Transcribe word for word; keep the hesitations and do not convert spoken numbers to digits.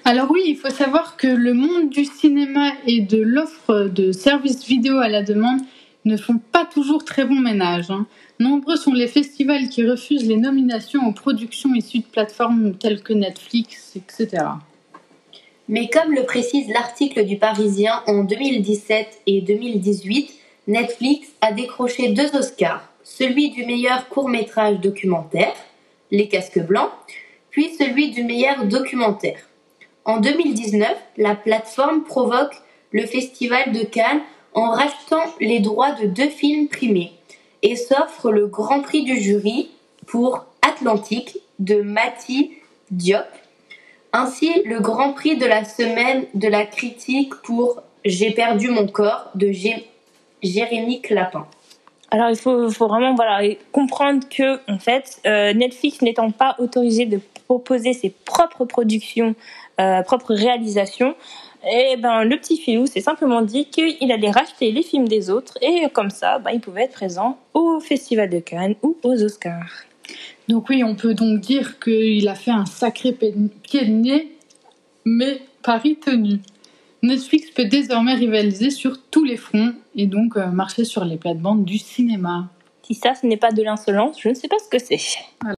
Alors oui, il faut savoir que le monde du cinéma et de l'offre de services vidéo à la demande ne font pas toujours très bon ménage, hein. Nombreux sont les festivals qui refusent les nominations aux productions issues de plateformes telles que Netflix, et cetera. Mais comme le précise l'article du Parisien, en deux mille dix-sept et deux mille dix-huit, Netflix a décroché deux Oscars, celui du meilleur court-métrage documentaire, Les Casques Blancs, puis celui du meilleur documentaire. En deux mille dix-neuf, la plateforme provoque le Festival de Cannes en rachetant les droits de deux films primés et s'offre le Grand Prix du jury pour Atlantique de Mati Diop, ainsi le Grand Prix de la semaine de la critique pour J'ai perdu mon corps de G- Jérémy Clapin. Alors il faut, faut vraiment voilà, comprendre que en fait, euh, Netflix n'étant pas autorisé de proposer ses propres productions, euh, propres réalisations, et ben le petit filou s'est simplement dit qu'il allait racheter les films des autres et comme ça, ben, il pouvait être présent au Festival de Cannes ou aux Oscars. Donc oui, on peut donc dire qu'il a fait un sacré pied de nez, mais pari tenu. Netflix peut désormais rivaliser sur tous les fronts et donc euh, marcher sur les plates-bandes du cinéma. Si ça, ce n'est pas de l'insolence, je ne sais pas ce que c'est. Voilà.